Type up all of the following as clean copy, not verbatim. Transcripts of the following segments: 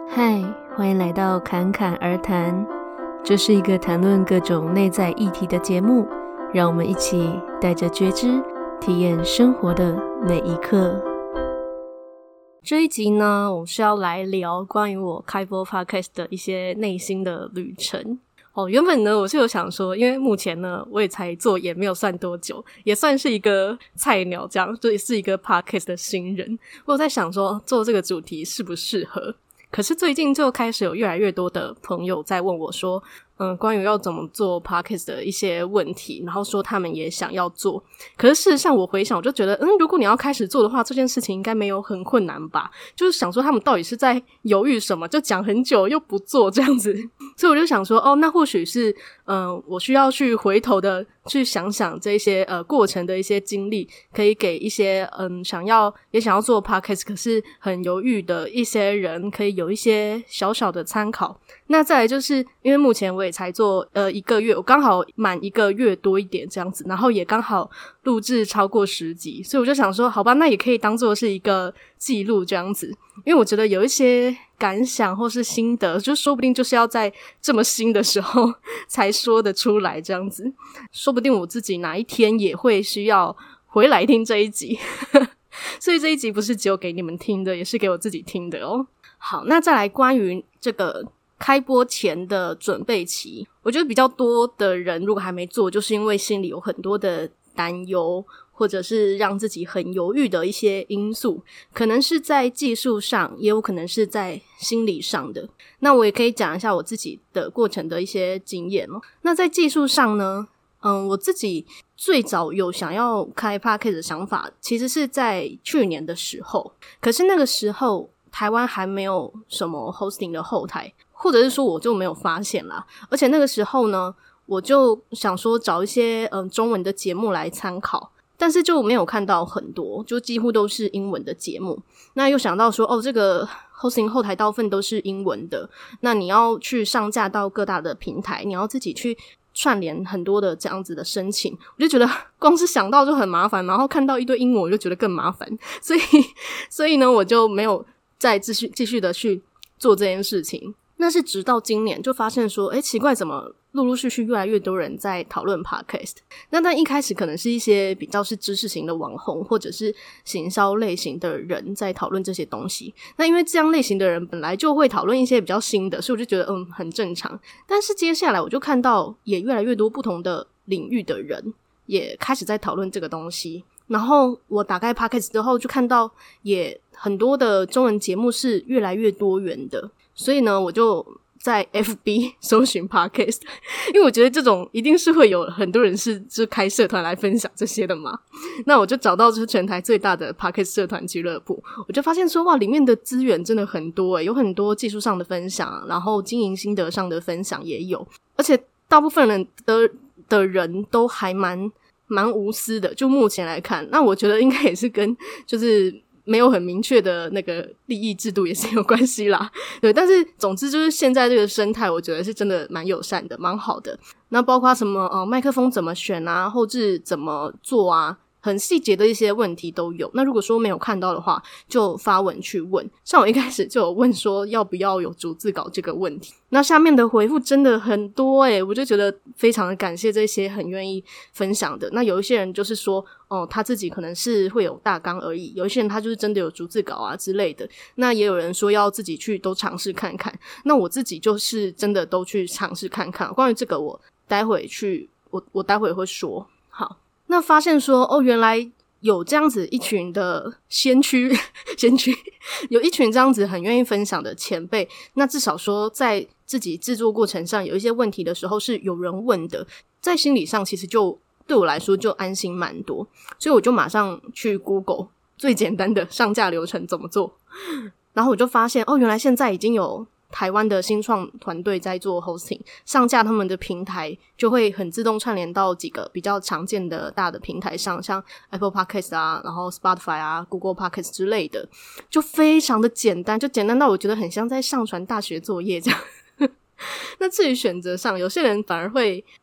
嗨，欢迎来到侃侃而谈，这是一个谈论各种内在议题的节目，让我们一起带着觉知体验生活的每一刻。这一集呢，我是要来聊关于我开播 podcast 的一些内心的旅程。原本呢我是有想说，因为目前呢我也才做也没有算多久，也算是一个菜鸟这样，就也是一个 podcast 的新人，我有在想说做这个主题适不适合。可是最近就开始有越来越多的朋友在问我说关于要怎么做 podcast 的一些问题，然后说他们也想要做。可是事实上我回想，我就觉得如果你要开始做的话，这件事情应该没有很困难吧，就是想说他们到底是在犹豫什么，就讲很久又不做这样子。所以我就想说那或许是我需要去回头的去想想这些过程的一些经历，可以给一些想要做 podcast 可是很犹豫的一些人可以有一些小小的参考。那再来就是因为目前我也才做1个月，我刚好满1个月多一点这样子，然后也刚好录制超过10集，所以我就想说好吧，那也可以当做是一个记录这样子。因为我觉得有一些感想或是心得，就说不定就是要在这么新的时候才说得出来这样子，说不定我自己哪一天也会需要回来听这一集所以这一集不是只有给你们听的，也是给我自己听的哦。好，那再来关于这个开播前的准备期，我觉得比较多的人如果还没做，就是因为心里有很多的担忧，或者是让自己很犹豫的一些因素，可能是在技术上，也有可能是在心理上的。那我也可以讲一下我自己的过程的一些经验哦。那在技术上呢，我自己最早有想要开 podcast 的想法，其实是在去年的时候，可是那个时候台湾还没有什么 hosting 的后台，或者是说我就没有发现啦。而且那个时候呢，我就想说找一些中文的节目来参考，但是就没有看到很多，就几乎都是英文的节目。那又想到说这个 hosting 后台大部分都是英文的，那你要去上架到各大的平台，你要自己去串联很多的这样子的申请，我就觉得光是想到就很麻烦，然后看到一堆英文我就觉得更麻烦，所以呢我就没有再继续的去做这件事情。那是直到今年就发现说奇怪，怎么陆陆续续越来越多人在讨论 podcast。 那但一开始可能是一些比较是知识型的网红或者是行销类型的人在讨论这些东西，那因为这样类型的人本来就会讨论一些比较新的，所以我就觉得很正常。但是接下来我就看到也越来越多不同的领域的人也开始在讨论这个东西，然后我打开 podcast 之后就看到也很多的中文节目是越来越多元的，所以呢我就在 FB 搜寻 podcast， 因为我觉得这种一定是会有很多人是开社团来分享这些的嘛。那我就找到就是全台最大的 podcast 社团俱乐部，我就发现说哇，里面的资源真的很多有很多技术上的分享，然后经营心得上的分享也有，而且大部分人的人都还蛮无私的，就目前来看。那我觉得应该也是跟就是没有很明确的那个利益制度也是有关系啦，对。但是总之就是现在这个生态我觉得是真的蛮友善的，蛮好的。那包括什么麦克风怎么选啊，后置怎么做啊，很细节的一些问题都有。那如果说没有看到的话，就发文去问。像我一开始就有问说要不要有逐字稿这个问题，那下面的回复真的很多我就觉得非常的感谢这些很愿意分享的。那有一些人就是说他自己可能是会有大纲而已，有一些人他就是真的有逐字稿啊之类的。那也有人说要自己去都尝试看看，那我自己就是真的都去尝试看看。关于这个我待会会说。好，那发现说原来有这样子一群的先驱有一群这样子很愿意分享的前辈，那至少说在自己制作过程上有一些问题的时候是有人问的，在心理上其实就对我来说就安心蛮多。所以我就马上去 Google 最简单的上架流程怎么做，然后我就发现原来现在已经有台湾的新创团队在做 hosting， 上架他们的平台就会很自动串联到几个比较常见的大的平台上，像 Apple Podcast 啊，然后 Spotify 啊， Google Podcast 之类的，就非常的简单，就简单到我觉得很像在上传大学作业这样那至于选择上，有些人反而会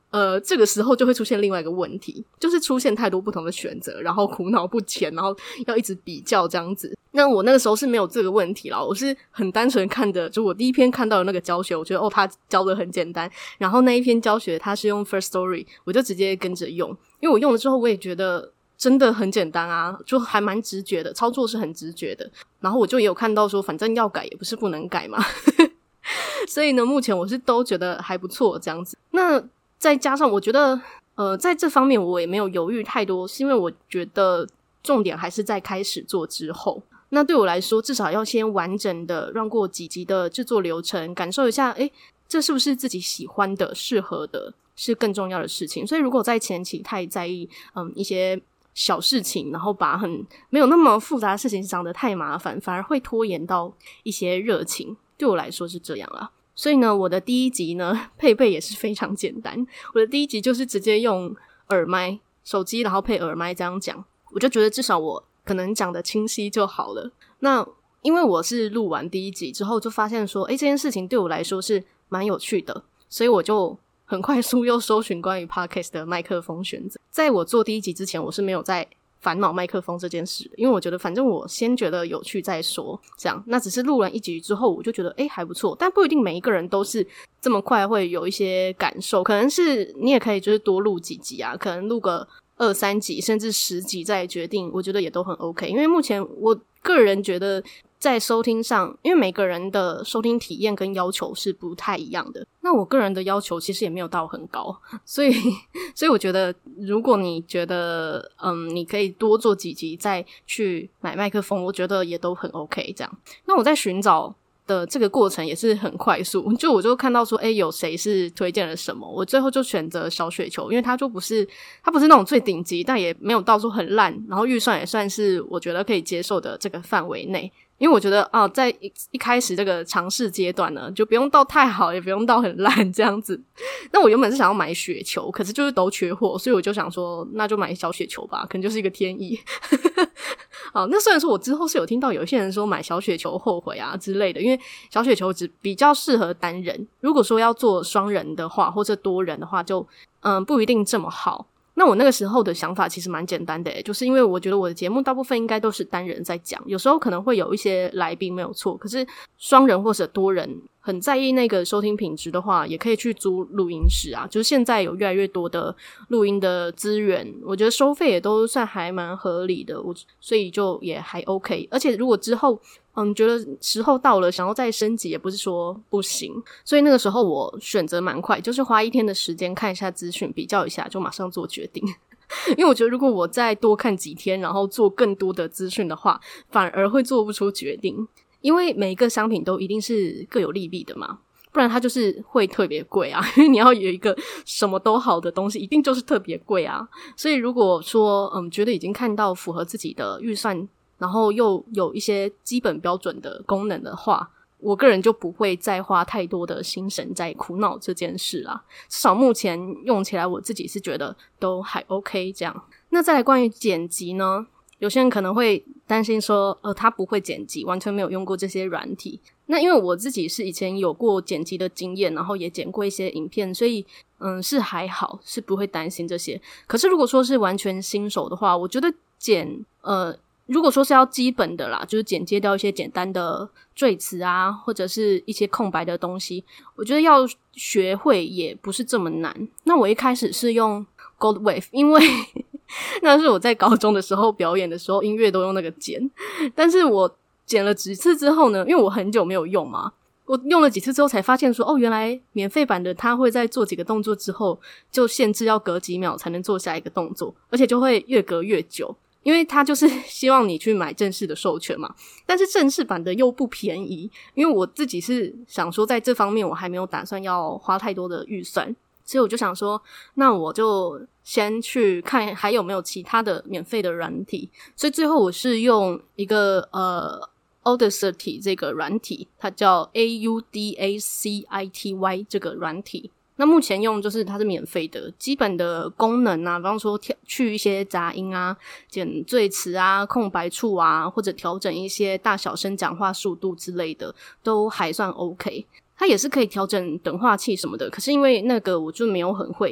这个时候就会出现另外一个问题，就是出现太多不同的选择，然后苦恼不前，然后要一直比较这样子。那我那个时候是没有这个问题啦，我是很单纯看的，就我第一篇看到的那个教学，我觉得他教的很简单，然后那一篇教学他是用 First Story， 我就直接跟着用，因为我用了之后我也觉得真的很简单啊，就还蛮直觉的，操作是很直觉的，然后我就也有看到说反正要改也不是不能改嘛所以呢目前我是都觉得还不错这样子。那再加上我觉得在这方面我也没有犹豫太多，是因为我觉得重点还是在开始做之后。那对我来说至少要先完整的让过几集的制作流程，感受一下这是不是自己喜欢的适合的是更重要的事情。所以如果在前期太在意一些小事情，然后把很没有那么复杂的事情想得太麻烦，反而会拖延到一些热情，对我来说是这样啦。所以呢我的第一集呢配备也是非常简单，我的第一集就是直接用耳麦手机然后配耳麦这样讲，我就觉得至少我可能讲得清晰就好了。那因为我是录完第一集之后就发现说这件事情对我来说是蛮有趣的，所以我就很快速又搜寻关于 Podcast 的麦克风选择。在我做第一集之前我是没有在烦恼麦克风这件事，因为我觉得反正我先觉得有趣再说这样。那只是录完一集之后我就觉得还不错，但不一定每一个人都是这么快会有一些感受，可能是你也可以就是多录几集啊，可能录个2-3集甚至10集再决定，我觉得也都很 OK。 因为目前我个人觉得在收听上，因为每个人的收听体验跟要求是不太一样的，那我个人的要求其实也没有到很高，所以我觉得如果你觉得你可以多做几集再去买麦克风，我觉得也都很 OK 这样。那我在寻找的这个过程也是很快速，我就看到说有谁是推荐了什么，我最后就选择小雪球，因为它不是那种最顶级，但也没有到说很烂，然后预算也算是我觉得可以接受的这个范围内。因为我觉得在一开始这个尝试阶段呢，就不用到太好也不用到很烂这样子。那我原本是想要买雪球，可是就是都缺货，所以我就想说那就买小雪球吧，可能就是一个天意好，那虽然说我之后是有听到有一些人说买小雪球后悔啊之类的，因为小雪球只比较适合单人，如果说要做双人的话或者多人的话就不一定这么好。那我那个时候的想法其实蛮简单的就是因为我觉得我的节目大部分应该都是单人在讲，有时候可能会有一些来宾没有错，可是双人或者多人很在意那个收听品质的话，也可以去租录音室啊，就是现在有越来越多的录音的资源，我觉得收费也都算还蛮合理的，所以就也还 OK。 而且如果之后觉得时候到了想要再升级也不是说不行，所以那个时候我选择蛮快，就是花1天的时间看一下资讯比较一下就马上做决定因为我觉得如果我再多看几天然后做更多的资讯的话，反而会做不出决定，因为每一个商品都一定是各有利弊的嘛，不然它就是会特别贵啊因为你要有一个什么都好的东西一定就是特别贵啊。所以如果说觉得已经看到符合自己的预算，然后又有一些基本标准的功能的话，我个人就不会再花太多的心神在苦恼这件事啦。至少目前用起来我自己是觉得都还 OK 这样。那再来关于剪辑呢，有些人可能会担心说他不会剪辑，完全没有用过这些软体。那因为我自己是以前有过剪辑的经验，然后也剪过一些影片，所以是还好，是不会担心这些。可是如果说是完全新手的话，我觉得如果说是要基本的啦，就是剪接掉一些简单的赘词啊，或者是一些空白的东西，我觉得要学会也不是这么难。那我一开始是用 Gold Wave， 因为那是我在高中的时候表演的时候音乐都用那个剪，但是我剪了几次之后呢，因为我很久没有用嘛，我用了几次之后才发现说原来免费版的它会在做几个动作之后就限制要隔几秒才能做下一个动作，而且就会越隔越久，因为它就是希望你去买正式的授权嘛，但是正式版的又不便宜，因为我自己是想说在这方面我还没有打算要花太多的预算，所以我就想说那我就先去看还有没有其他的免费的软体，所以最后我是用一个Audacity 这个软体，它叫 AUDACITY 这个软体。那目前用就是它是免费的，基本的功能啊，比方说去一些杂音啊，剪赘词啊，空白处啊，或者调整一些大小声讲话速度之类的都还算 OK。它也是可以调整等化器什么的，可是因为那个我就没有很会，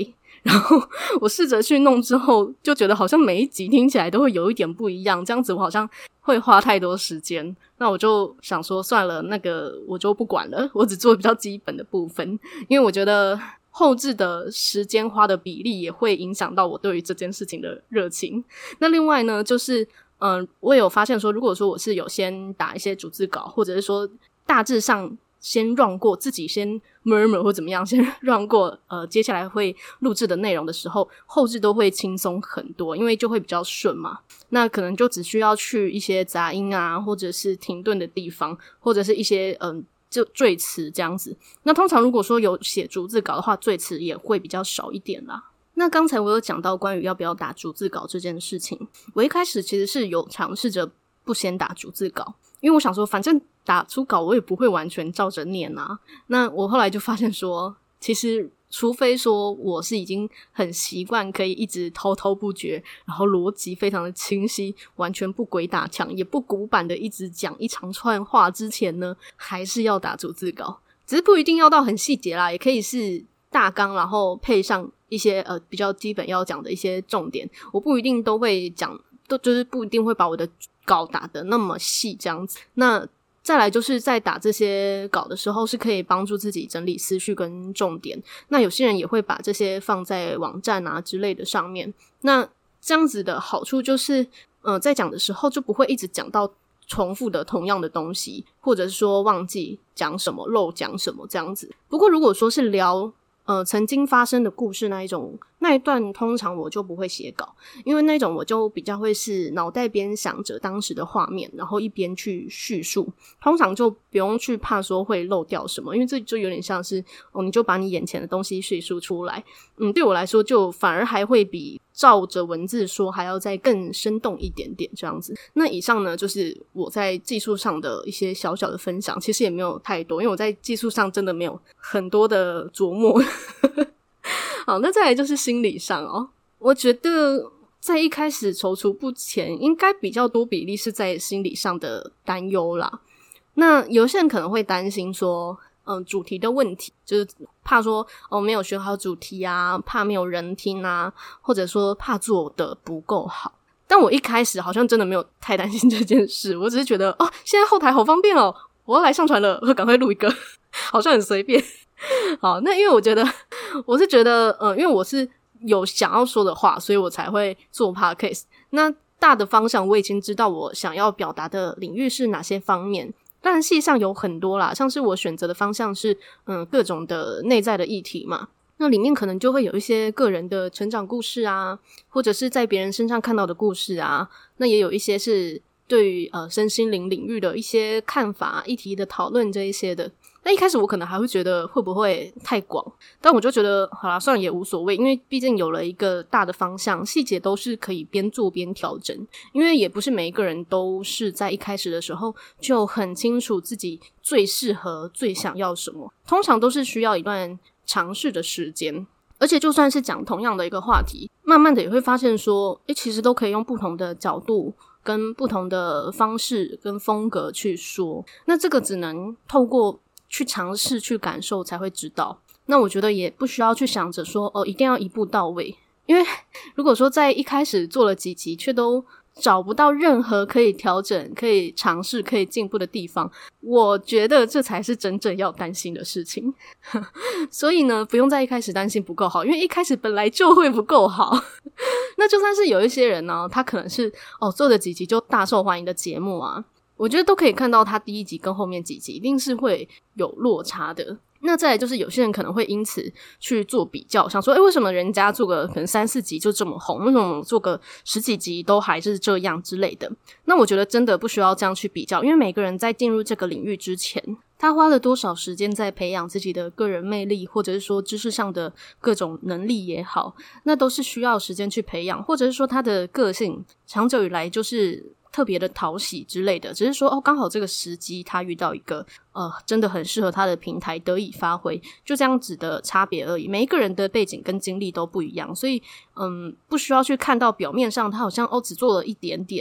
然后我试着去弄之后，就觉得好像每一集听起来都会有一点不一样，这样子我好像会花太多时间。那我就想说算了，那个我就不管了，我只做比较基本的部分，因为我觉得后置的时间花的比例也会影响到我对于这件事情的热情。那另外呢，就是我也有发现说，如果说我是有先打一些逐字稿，或者是说大致上先 run 过，自己先 murmur 或怎么样，先 run 过接下来会录制的内容的时候，后置都会轻松很多，因为就会比较顺嘛。那可能就只需要去一些杂音啊，或者是停顿的地方，或者是一些就赘词这样子。那通常如果说有写逐字稿的话，赘词也会比较少一点啦。那刚才我有讲到关于要不要打逐字稿这件事情，我一开始其实是有尝试着不先打逐字稿，因为我想说反正打出稿我也不会完全照着念啊。那我后来就发现说，其实除非说我是已经很习惯可以一直滔滔不绝，然后逻辑非常的清晰，完全不鬼打墙也不古板的一直讲一长串话之前呢，还是要打逐字稿。只是不一定要到很细节啦，也可以是大纲，然后配上一些比较基本要讲的一些重点。我不一定都会讲，就是不一定会把我的稿打得那么细这样子。那再来就是在打这些稿的时候，是可以帮助自己整理思绪跟重点。那有些人也会把这些放在网站啊之类的上面。那这样子的好处就是在讲的时候就不会一直讲到重复的同样的东西，或者是说忘记讲什么漏讲什么这样子。不过如果说是聊曾经发生的故事那一段通常我就不会写稿，因为那种我就比较会是脑袋边想着当时的画面，然后一边去叙述，通常就不用去怕说会漏掉什么，因为这就有点像是你就把你眼前的东西叙述出来。对我来说就反而还会比照着文字说还要再更生动一点点这样子。那以上呢就是我在技术上的一些小小的分享，其实也没有太多，因为我在技术上真的没有很多的琢磨好，那再来就是心理上我觉得在一开始踌躇不前应该比较多比例是在心理上的担忧啦。那有些人可能会担心说主题的问题，就是怕说没有选好主题啊，怕没有人听啊，或者说怕做得不够好。但我一开始好像真的没有太担心这件事，我只是觉得现在后台好方便我要来上传了，我赶快录一个好像很随便好，那因为我是觉得因为我是有想要说的话，所以我才会做 podcast。 那大的方向我已经知道我想要表达的领域是哪些方面，当然系上有很多啦，像是我选择的方向是各种的内在的议题嘛，那里面可能就会有一些个人的成长故事啊，或者是在别人身上看到的故事啊，那也有一些是对于身心灵领域的一些看法议题的讨论这一些的。那一开始我可能还会觉得会不会太广，但我就觉得好啦，算了也无所谓，因为毕竟有了一个大的方向，细节都是可以边做边调整，因为也不是每一个人都是在一开始的时候就很清楚自己最适合最想要什么，通常都是需要一段尝试的时间。而且就算是讲同样的一个话题，慢慢的也会发现说其实都可以用不同的角度跟不同的方式跟风格去说，那这个只能透过去尝试去感受才会知道。那我觉得也不需要去想着说一定要一步到位，因为如果说在一开始做了几集却都找不到任何可以调整可以尝试可以进步的地方，我觉得这才是真正要担心的事情所以呢不用在一开始担心不够好，因为一开始本来就会不够好那就算是有一些人呢他可能是做了几集就大受欢迎的节目啊，我觉得都可以看到他第一集跟后面几集一定是会有落差的。那再来就是有些人可能会因此去做比较，想说为什么人家做个可能3-4集就这么红，为什么做个10几集都还是这样之类的。那我觉得真的不需要这样去比较，因为每个人在进入这个领域之前，他花了多少时间在培养自己的个人魅力，或者是说知识上的各种能力也好，那都是需要时间去培养，或者是说他的个性长久以来就是特别的讨喜之类的，只是说刚好这个时机他遇到一个真的很适合他的平台得以发挥，就这样子的差别而已。每一个人的背景跟经历都不一样，所以不需要去看到表面上他好像只做了一点点，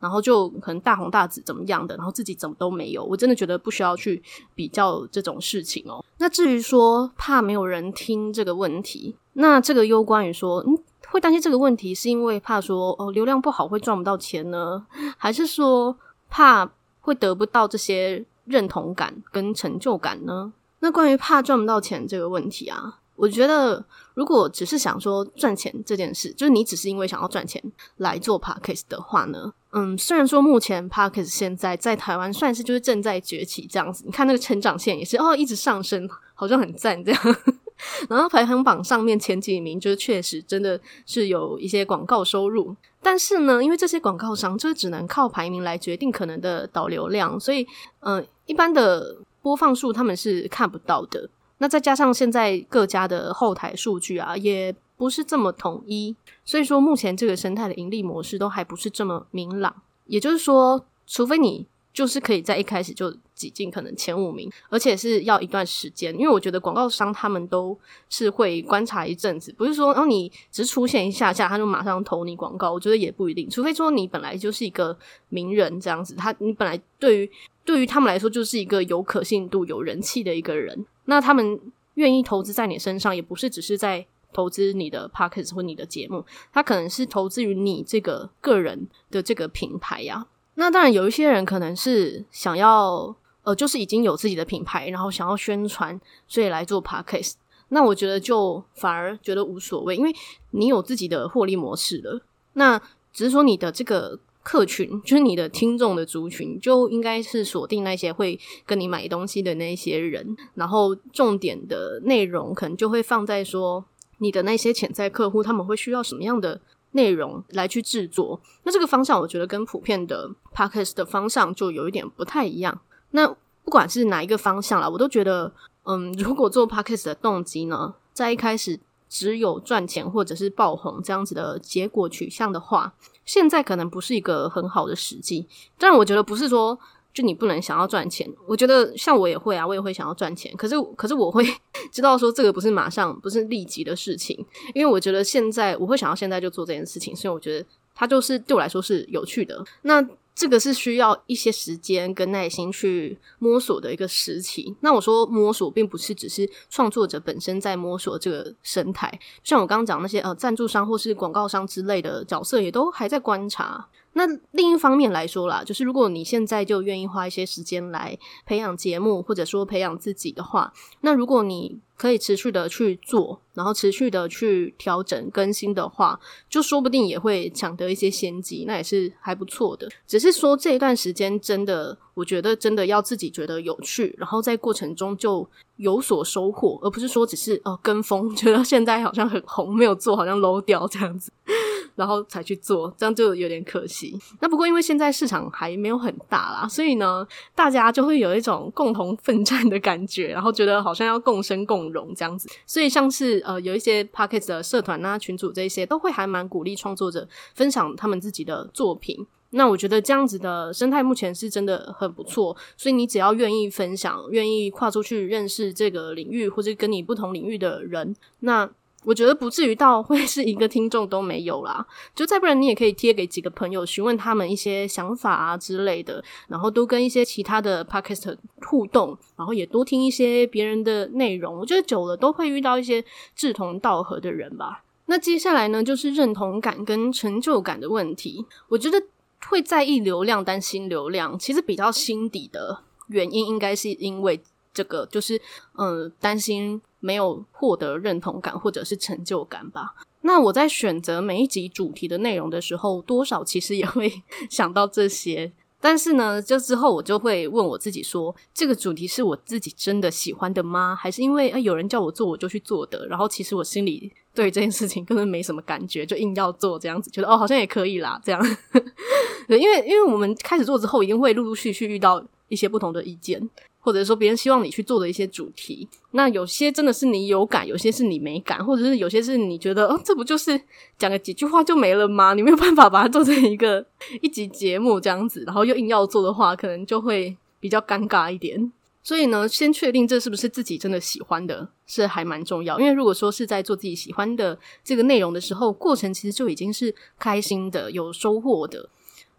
然后就可能大红大紫怎么样的，然后自己怎么都没有，我真的觉得不需要去比较这种事情哦。那至于说怕没有人听这个问题，那这个攸关于说会担心这个问题是因为怕说流量不好会赚不到钱呢，还是说怕会得不到这些认同感跟成就感呢？那关于怕赚不到钱这个问题啊，我觉得如果只是想说赚钱这件事，就是你只是因为想要赚钱来做 Podcast 的话呢，虽然说目前 Podcast 现在在台湾算是就是正在崛起这样子，你看那个成长线也是一直上升，好像很赞这样然后排行榜上面前几名就是确实真的是有一些广告收入，但是呢因为这些广告商就是只能靠排名来决定可能的导流量，所以一般的播放数他们是看不到的。那再加上现在各家的后台数据啊也不是这么统一，所以说目前这个生态的盈利模式都还不是这么明朗，也就是说除非你就是可以在一开始就挤进可能前5名，而且是要一段时间，因为我觉得广告商他们都是会观察一阵子，不是说你只是出现一下下他就马上投你广告，我觉得也不一定，除非说你本来就是一个名人这样子，你本来对于他们来说就是一个有可信度有人气的一个人，那他们愿意投资在你身上也不是只是在投资你的 podcast 或你的节目，他可能是投资于你这个个人的这个品牌呀。那当然有一些人可能是想要就是已经有自己的品牌，然后想要宣传，所以来做 podcast， 那我觉得就反而觉得无所谓，因为你有自己的获利模式了，那只是说你的这个客群就是你的听众的族群就应该是锁定那些会跟你买东西的那些人，然后重点的内容可能就会放在说你的那些潜在客户他们会需要什么样的内容来去制作，那这个方向我觉得跟普遍的 podcast 的方向就有一点不太一样。那不管是哪一个方向啦，我都觉得如果做 podcast 的动机呢在一开始只有赚钱或者是爆红这样子的结果取向的话，现在可能不是一个很好的时机。当然我觉得不是说就你不能想要赚钱，我觉得像我也会啊，我也会想要赚钱，可是我会知道说这个不是马上不是立即的事情，因为我觉得现在我会想要现在就做这件事情，所以我觉得它就是对我来说是有趣的，那这个是需要一些时间跟耐心去摸索的一个时期。那我说摸索并不是只是创作者本身在摸索这个生态，像我刚刚讲那些赞助商或是广告商之类的角色也都还在观察。那另一方面来说啦，就是如果你现在就愿意花一些时间来培养节目或者说培养自己的话，那如果你可以持续的去做，然后持续的去调整更新的话，就说不定也会抢得一些先机，那也是还不错的。只是说这一段时间真的我觉得真的要自己觉得有趣，然后在过程中就有所收获，而不是说只是跟风，觉得现在好像很红没有做好像 low 掉这样子然后才去做，这样就有点可惜。那不过因为现在市场还没有很大啦，所以呢大家就会有一种共同奋战的感觉，然后觉得好像要共生共荣这样子。所以像是有一些 Podcast 的社团啊群组这些都会还蛮鼓励创作者分享他们自己的作品，那我觉得这样子的生态目前是真的很不错，所以你只要愿意分享，愿意跨出去认识这个领域或者跟你不同领域的人，那我觉得不至于到会是一个听众都没有啦，就再不然你也可以贴给几个朋友询问他们一些想法啊之类的，然后多跟一些其他的 podcast 互动，然后也多听一些别人的内容，我觉得久了都会遇到一些志同道合的人吧。那接下来呢就是认同感跟成就感的问题，我觉得会在意流量担心流量，其实比较心底的原因应该是因为这个就是担心没有获得认同感或者是成就感吧。那我在选择每一集主题的内容的时候多少其实也会想到这些，但是呢就之后我就会问我自己说，这个主题是我自己真的喜欢的吗？还是因为有人叫我做我就去做的，然后其实我心里对这件事情根本没什么感觉，就硬要做这样子，觉得好像也可以啦这样对，因为我们开始做之后一定会陆陆续续遇到一些不同的意见，或者说别人希望你去做的一些主题，那有些真的是你有感，有些是你没感，或者是有些是你觉得这不就是讲个几句话就没了吗？你没有办法把它做成一集节目这样子，然后又硬要做的话可能就会比较尴尬一点。所以呢先确定这是不是自己真的喜欢的是还蛮重要，因为如果说是在做自己喜欢的这个内容的时候，过程其实就已经是开心的有收获的。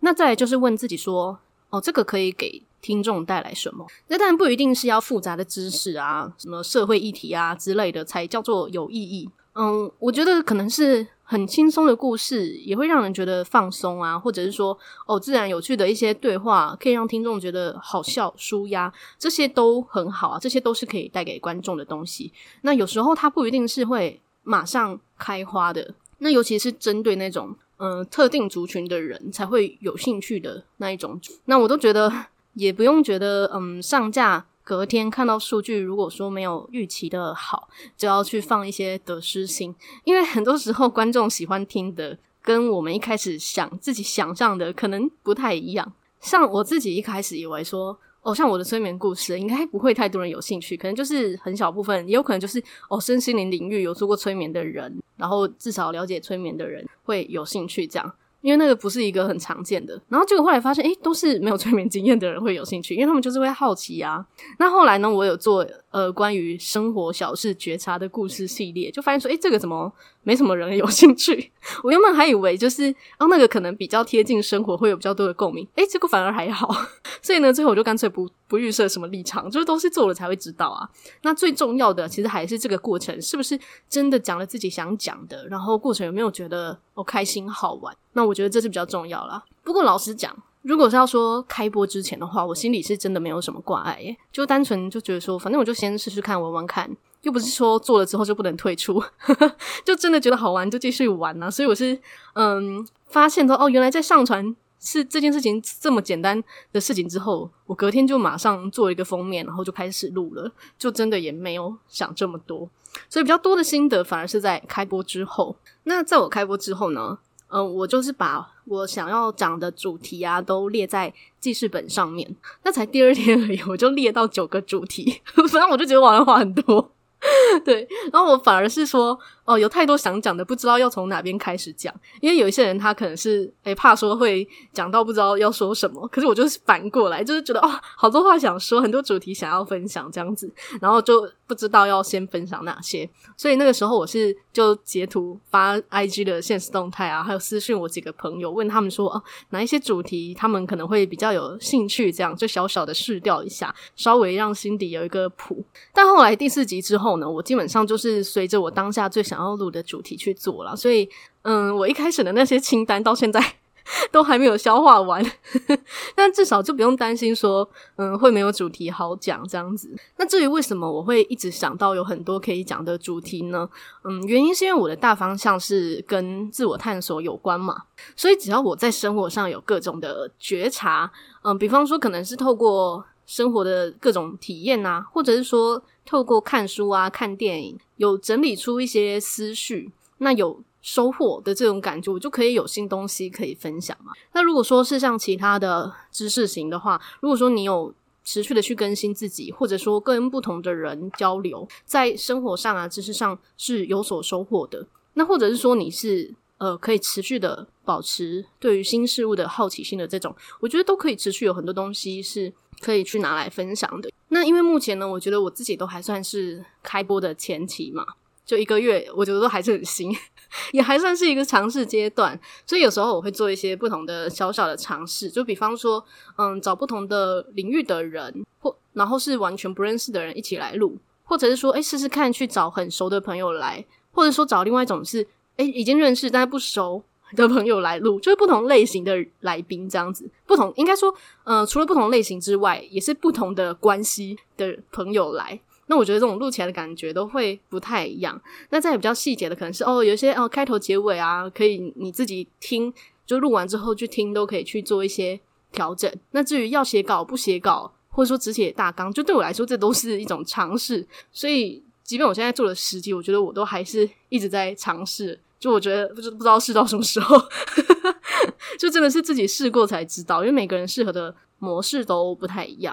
那再来就是问自己说，这个可以给听众带来什么？那当然不一定是要复杂的知识啊，什么社会议题啊之类的才叫做有意义。我觉得可能是很轻松的故事也会让人觉得放松啊，或者是说自然有趣的一些对话可以让听众觉得好笑舒压，这些都很好啊，这些都是可以带给观众的东西。那有时候它不一定是会马上开花的，那尤其是针对那种特定族群的人才会有兴趣的那一种，那我都觉得也不用觉得上架隔天看到数据如果说没有预期的好就要去放一些得失心，因为很多时候观众喜欢听的跟我们一开始自己想象的可能不太一样。像我自己一开始以为说像我的催眠故事应该不会太多人有兴趣，可能就是很小部分，也有可能就是身心灵领域有做过催眠的人，然后至少了解催眠的人会有兴趣这样，因为那个不是一个很常见的。然后结果后来发现都是没有催眠经验的人会有兴趣，因为他们就是会好奇啊。那后来呢，我有做关于生活小事觉察的故事系列，就发现说这个怎么没什么人有兴趣。我原本还以为就是那个可能比较贴近生活会有比较多的共鸣，结果反而还好。所以呢最后我就干脆不预设什么立场，就是都是做了才会知道啊。那最重要的其实还是这个过程是不是真的讲了自己想讲的，然后过程有没有觉得开心好玩，那我觉得这是比较重要啦。不过老实讲，如果是要说开播之前的话，我心里是真的没有什么挂碍耶，就单纯就觉得说反正我就先试试看玩玩看，又不是说做了之后就不能退出就真的觉得好玩就继续玩啊。所以我是发现说原来在上传是这件事情这么简单的事情之后，我隔天就马上做一个封面，然后就开始录了，就真的也没有想这么多。所以比较多的心得反而是在开播之后。那在我开播之后呢我就是把我想要讲的主题啊都列在记事本上面，那才第2天而已我就列到9个主题反正我就觉得网上话很多对，然后我反而是说有太多想讲的不知道要从哪边开始讲，因为有一些人他可能是怕说会讲到不知道要说什么，可是我就是反过来就是觉得好多话想说，很多主题想要分享这样子，然后就不知道要先分享哪些，所以那个时候我是就截图发 IG 的限时动态啊，还有私讯我几个朋友问他们说哪一些主题他们可能会比较有兴趣，这样就小小的试调一下，稍微让心底有一个谱。但后来第4集之后呢，我基本上就是随着我当下最想要录的主题去做啦，所以我一开始的那些清单到现在都还没有消化完但至少就不用担心说会没有主题好讲这样子。那至于为什么我会一直想到有很多可以讲的主题呢？原因是因为我的大方向是跟自我探索有关嘛，所以只要我在生活上有各种的觉察比方说可能是透过生活的各种体验啊，或者是说透过看书啊看电影有整理出一些思绪，那有收获的这种感觉，我就可以有新东西可以分享嘛。那如果说是像其他的知识型的话，如果说你有持续的去更新自己，或者说跟不同的人交流，在生活上啊知识上是有所收获的，那或者是说你是可以持续的保持对于新事物的好奇心的这种，我觉得都可以持续有很多东西是可以去拿来分享的。那因为目前呢我觉得我自己都还算是开播的前期嘛，就1个月我觉得都还是很新也还算是一个尝试阶段，所以有时候我会做一些不同的小小的尝试，就比方说找不同的领域的人然后是完全不认识的人一起来录，或者是说试试看去找很熟的朋友来，或者说找另外一种是已经认识但是不熟的朋友来录，就是不同类型的来宾这样子。不同应该说除了不同类型之外也是不同的关系的朋友来，那我觉得这种录起来的感觉都会不太一样。那再比较细节的可能是有一些开头结尾啊可以你自己听，就录完之后去听都可以去做一些调整。那至于要写稿不写稿或者说只写大纲，就对我来说这都是一种尝试，所以即便我现在做了10集，我觉得我都还是一直在尝试，就我觉得不知道试到什么时候就真的是自己试过才知道，因为每个人适合的模式都不太一样。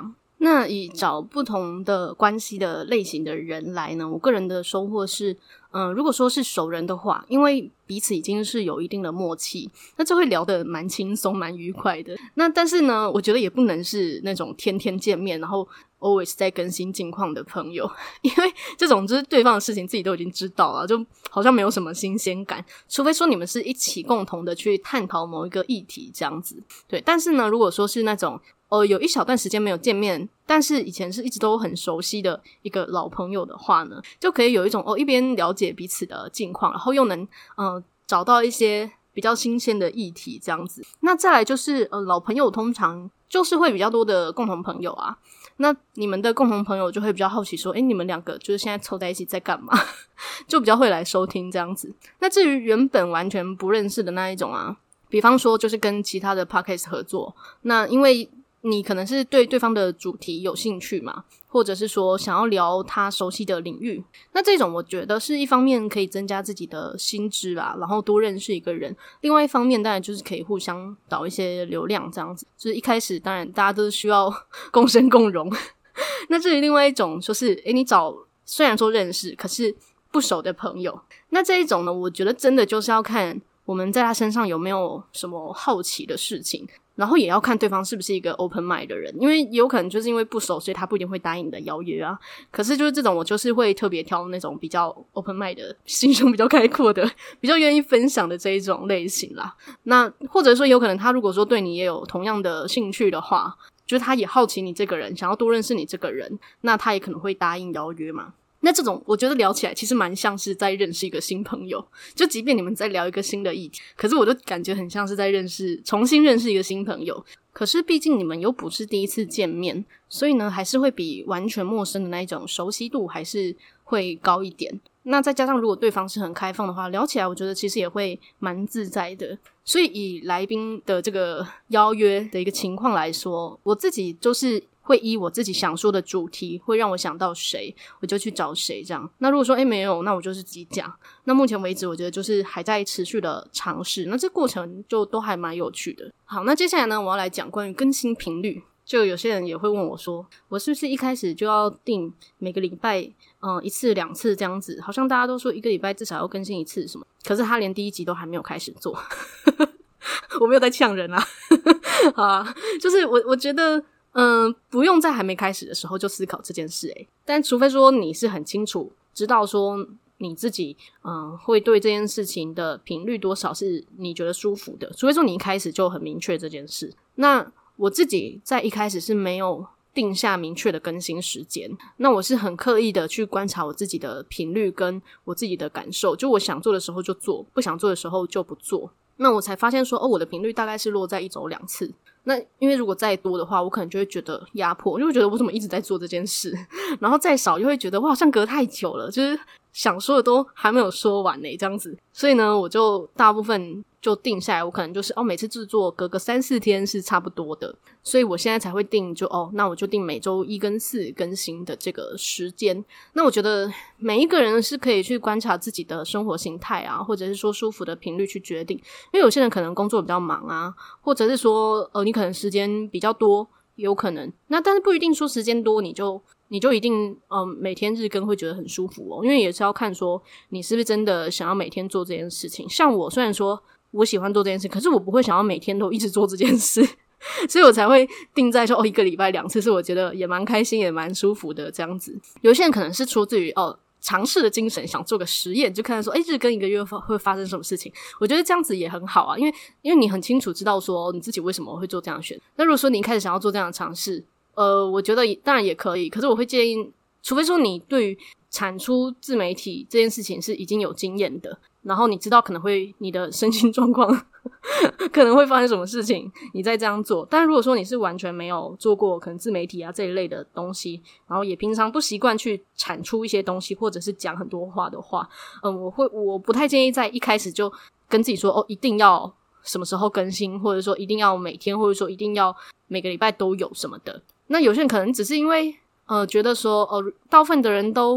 那以找不同的关系的类型的人来呢，我个人的收获是如果说是熟人的话，因为彼此已经是有一定的默契，那这会聊得蛮轻松蛮愉快的。那但是呢，我觉得也不能是那种天天见面然后 always 在更新近况的朋友，因为这种就是对方的事情自己都已经知道了，就好像没有什么新鲜感，除非说你们是一起共同的去探讨某一个议题这样子。对，但是呢，如果说是那种有一小段时间没有见面，但是以前是一直都很熟悉的一个老朋友的话呢，就可以有一种一边了解彼此的近况，然后又能找到一些比较新鲜的议题这样子。那再来就是老朋友通常就是会比较多的共同朋友啊，那你们的共同朋友就会比较好奇说你们两个就是现在凑在一起在干嘛就比较会来收听这样子。那至于原本完全不认识的那一种啊，比方说就是跟其他的 podcast 合作，那因为你可能是对对方的主题有兴趣嘛，或者是说想要聊他熟悉的领域，那这种我觉得是一方面可以增加自己的新知啦，然后多认识一个人，另外一方面当然就是可以互相导一些流量这样子，就是一开始当然大家都需要共生共荣那至于另外一种就是你找虽然说认识可是不熟的朋友，那这一种呢，我觉得真的就是要看我们在他身上有没有什么好奇的事情，然后也要看对方是不是一个 open mind 的人，因为有可能就是因为不熟，所以他不一定会答应你的邀约啊。可是就是这种我就是会特别挑那种比较 open mind 的，心胸比较开阔的，比较愿意分享的这一种类型啦。那或者说有可能他如果说对你也有同样的兴趣的话，就是他也好奇你这个人，想要多认识你这个人，那他也可能会答应邀约嘛。那这种我觉得聊起来其实蛮像是在认识一个新朋友，就即便你们在聊一个新的议题，可是我就感觉很像是在重新认识一个新朋友。可是毕竟你们又不是第一次见面，所以呢还是会比完全陌生的那一种熟悉度还是会高一点。那再加上如果对方是很开放的话，聊起来我觉得其实也会蛮自在的。所以以来宾的这个邀约的一个情况来说，我自己就是会依我自己想说的主题会让我想到谁我就去找谁这样。那如果说没有，那我就是自己讲。那目前为止我觉得就是还在持续的尝试，那这过程就都还蛮有趣的。好，那接下来呢，我要来讲关于更新频率。就有些人也会问我说，我是不是一开始就要定每个礼拜一次两次这样子，好像大家都说一个礼拜至少要更新一次什么，可是他连第一集都还没有开始做我没有在呛人啊好啊，就是我觉得不用在还没开始的时候就思考这件事但除非说你是很清楚知道说你自己会对这件事情的频率多少是你觉得舒服的，除非说你一开始就很明确这件事。那我自己在一开始是没有定下明确的更新时间，那我是很刻意的去观察我自己的频率跟我自己的感受，就我想做的时候就做，不想做的时候就不做。那我才发现说我的频率大概是落在1周2次。那因为如果再多的话我可能就会觉得压迫，就会觉得我怎么一直在做这件事然后再少又会觉得我好像隔太久了，就是想说的都还没有说完这样子。所以呢我就大部分就定下来，我可能就是每次制作隔个3-4天是差不多的，所以我现在才会定那我就定每周1跟4更新的这个时间。那我觉得每一个人是可以去观察自己的生活形态啊，或者是说舒服的频率去决定，因为有些人可能工作比较忙啊，或者是说你可能时间比较多也有可能，那但是不一定说时间多你就一定每天日更会觉得很舒服因为也是要看说你是不是真的想要每天做这件事情。像我虽然说我喜欢做这件事，可是我不会想要每天都一直做这件事所以我才会定在说一个礼拜2次，是我觉得也蛮开心也蛮舒服的这样子。有些人可能是出自于尝试的精神，想做个实验，就看说日更1个月会发生什么事情。我觉得这样子也很好啊，因为你很清楚知道说你自己为什么会做这样的选择。那如果说你一开始想要做这样的尝试我觉得当然也可以，可是我会建议除非说你对于产出自媒体这件事情是已经有经验的，然后你知道可能会你的身心状况可能会发生什么事情你再这样做。但如果说你是完全没有做过可能自媒体啊这一类的东西，然后也平常不习惯去产出一些东西或者是讲很多话的话我不太建议在一开始就跟自己说一定要什么时候更新，或者说一定要每天，或者说一定要每个礼拜都有什么的。那有些人可能只是因为觉得说大部分的人都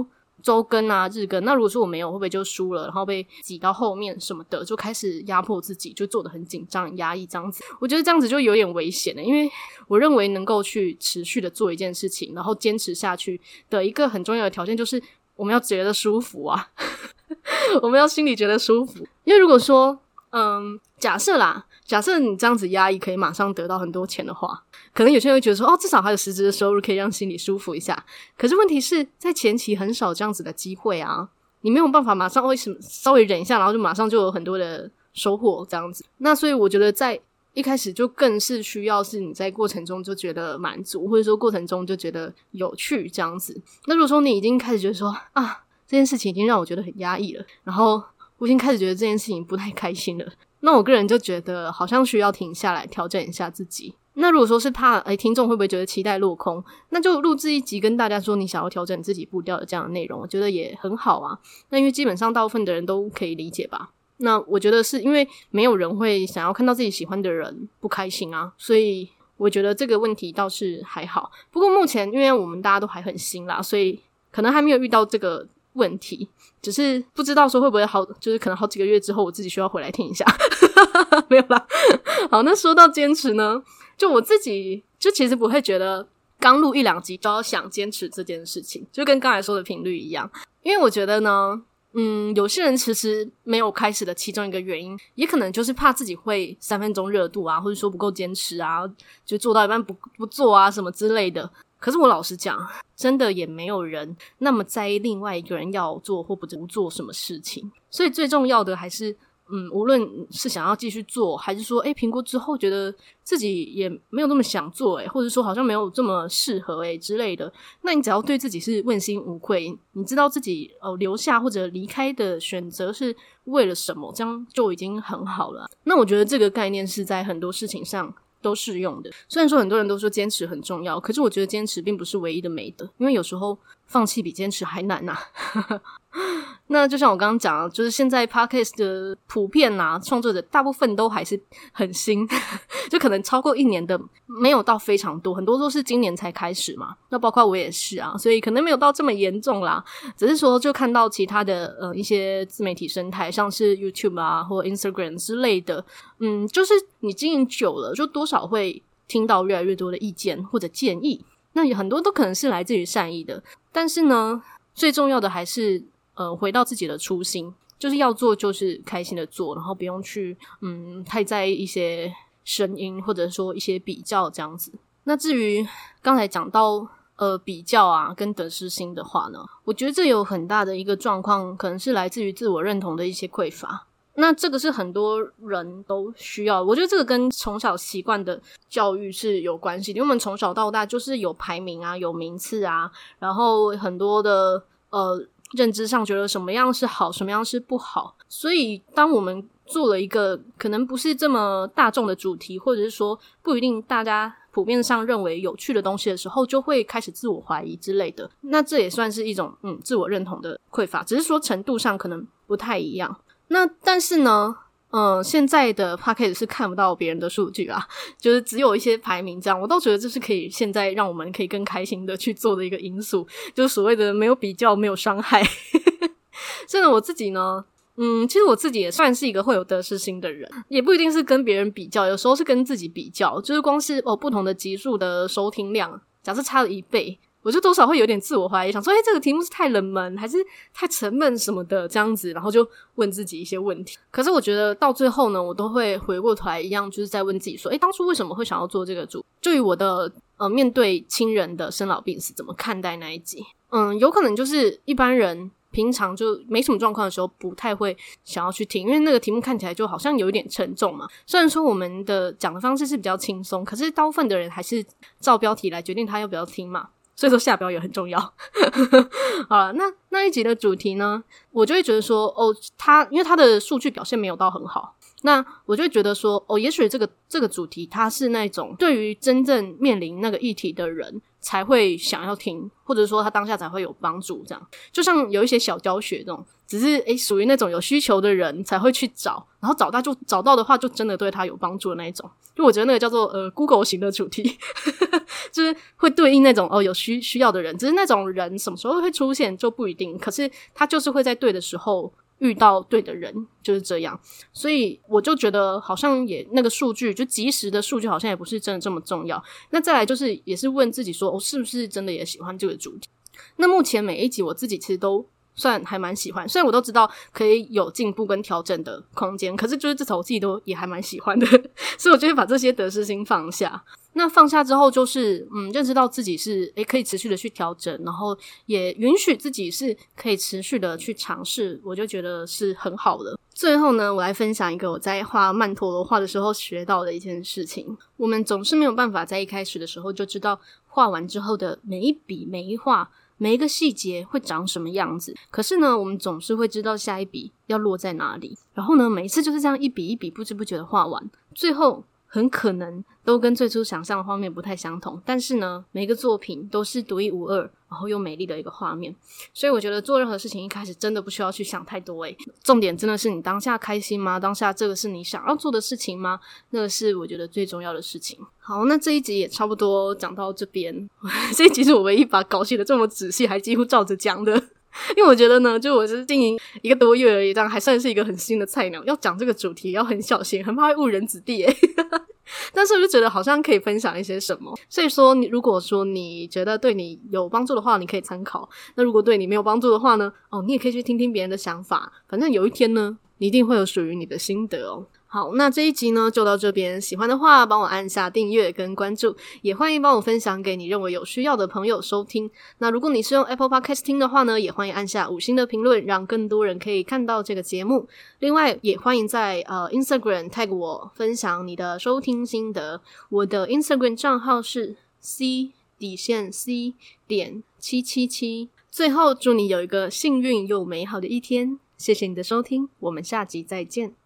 周更啊日更，那如果说我没有会不会就输了，然后被挤到后面什么的，就开始压迫自己，就做得很紧张很压抑这样子。我觉得这样子就有点危险了，因为我认为能够去持续的做一件事情然后坚持下去的一个很重要的条件就是我们要觉得舒服啊我们要心里觉得舒服。因为如果说假设你这样子压抑可以马上得到很多钱的话，可能有些人会觉得说至少还有实质的收入可以让心里舒服一下。可是问题是在前期很少这样子的机会啊，你没有办法马上稍微忍一下然后就马上就有很多的收获这样子。那所以我觉得在一开始就更是需要是你在过程中就觉得满足，或者说过程中就觉得有趣这样子。那如果说你已经开始觉得说这件事情已经让我觉得很压抑了，然后我已经开始觉得这件事情不太开心了，那我个人就觉得好像需要停下来调整一下自己。那如果说是怕听众会不会觉得期待落空，那就录制一集跟大家说你想要调整自己步调的这样的内容，我觉得也很好啊。那因为基本上大部分的人都可以理解吧。那我觉得是因为没有人会想要看到自己喜欢的人不开心啊，所以我觉得这个问题倒是还好。不过目前因为我们大家都还很新啦，所以可能还没有遇到这个问题，只是不知道说会不会就是可能好几个月之后我自己需要回来听一下没有啦。好，那说到坚持呢，就我自己就其实不会觉得刚录1-2集就要想坚持这件事情，就跟刚才说的频率一样。因为我觉得呢有些人其实没有开始的其中一个原因也可能就是怕自己会3分钟热度啊，或者说不够坚持啊，就做到一半不做啊什么之类的。可是我老实讲，真的也没有人那么在意另外一个人要做或不做什么事情。所以最重要的还是无论是想要继续做，还是说评估之后觉得自己也没有那么想做或者说好像没有这么适合之类的，那你只要对自己是问心无愧，你知道自己留下或者离开的选择是为了什么，这样就已经很好了。那我觉得这个概念是在很多事情上都适用的。虽然说很多人都说坚持很重要，可是我觉得坚持并不是唯一的美德，因为有时候放弃比坚持还难啊那就像我刚刚讲就是现在 Podcast 的普遍创作者大部分都还是很新就可能超过1年的没有到非常多，很多都是今年才开始嘛，那包括我也是啊，所以可能没有到这么严重啦。只是说就看到其他的一些自媒体生态，像是 YouTube 啊或 Instagram 之类的，就是你经营久了就多少会听到越来越多的意见或者建议，那有很多都可能是来自于善意的，但是呢最重要的还是回到自己的初心，就是要做就是开心的做，然后不用去太在意一些声音或者说一些比较这样子。那至于刚才讲到比较啊跟得失心的话呢，我觉得这有很大的一个状况可能是来自于自我认同的一些匮乏。那这个是很多人都需要，我觉得这个跟从小习惯的教育是有关系的，因为我们从小到大就是有排名啊有名次啊，然后很多的认知上觉得什么样是好什么样是不好，所以当我们做了一个可能不是这么大众的主题，或者是说不一定大家普遍上认为有趣的东西的时候，就会开始自我怀疑之类的，那这也算是一种自我认同的匮乏，只是说程度上可能不太一样。那但是呢现在的 Podcast 是看不到别人的数据啊，就是只有一些排名这样，我倒觉得这是可以现在让我们可以更开心的去做的一个因素，就是所谓的没有比较没有伤害真的我自己呢其实我自己也算是一个会有得失心的人，也不一定是跟别人比较，有时候是跟自己比较，就是光是不同的集数的收听量假设差了1倍，我就多少会有点自我怀疑，想说这个题目是太冷门还是太沉闷什么的这样子，然后就问自己一些问题。可是我觉得到最后呢，我都会回过头来一样，就是在问自己说当初为什么会想要做这个主，就以我的面对亲人的生老病死怎么看待那一集。有可能就是一般人平常就没什么状况的时候不太会想要去听，因为那个题目看起来就好像有一点沉重嘛。虽然说我们的讲的方式是比较轻松，可是大部分的人还是照标题来决定他要不要听嘛，所以说下标也很重要好了，那一集的主题呢，我就会觉得说因为他的数据表现没有到很好，那我就会觉得说也许这个主题它是那种对于真正面临那个议题的人才会想要听，或者说他当下才会有帮助这样。就像有一些小教学这种，只是属于那种有需求的人才会去找，然后找到的话就真的对他有帮助的那一种。就我觉得那个叫做Google 型的主题就是会对应那种有需要的人，只是那种人什么时候会出现就不一定，可是他就是会在对的时候遇到对的人，就是这样。所以我就觉得好像也那个数据，就即时的数据好像也不是真的这么重要。那再来就是也是问自己说是不是真的也喜欢这个主题。那目前每一集我自己其实都算还蛮喜欢，虽然我都知道可以有进步跟调整的空间，可是就是至少我自己都也还蛮喜欢的所以我就会把这些得失心放下。那放下之后就是认知到自己是可以持续的去调整，然后也允许自己是可以持续的去尝试，我就觉得是很好的。最后呢，我来分享一个我在画曼陀罗画的时候学到的一件事情。我们总是没有办法在一开始的时候就知道画完之后的每一笔每一画每一个细节会长什么样子，可是呢我们总是会知道下一笔要落在哪里，然后呢每一次就是这样一笔一笔不知不觉的画完，最后很可能都跟最初想象的画面不太相同，但是呢每一个作品都是独一无二然后又美丽的一个画面。所以我觉得做任何事情一开始真的不需要去想太多重点真的是你当下开心吗？当下这个是你想要做的事情吗？那个是我觉得最重要的事情。好，那这一集也差不多讲到这边这一集是我唯一把稿写的这么仔细还几乎照着讲的因为我觉得呢就我是经营1个多月而已，这样还算是一个很新的菜鸟，要讲这个主题要很小心，很怕会误人子弟但是我就觉得好像可以分享一些什么，所以说如果说你觉得对你有帮助的话你可以参考，那如果对你没有帮助的话呢你也可以去听听别人的想法，反正有一天呢你一定会有属于你的心得好，那这一集呢就到这边，喜欢的话帮我按下订阅跟关注，也欢迎帮我分享给你认为有需要的朋友收听。那如果你是用 Apple Podcast 听的话呢，也欢迎按下5星的评论，让更多人可以看到这个节目。另外也欢迎在Instagram tag 我分享你的收听心得，我的 Instagram 账号是 C_C.777。最后祝你有一个幸运又美好的一天，谢谢你的收听，我们下集再见。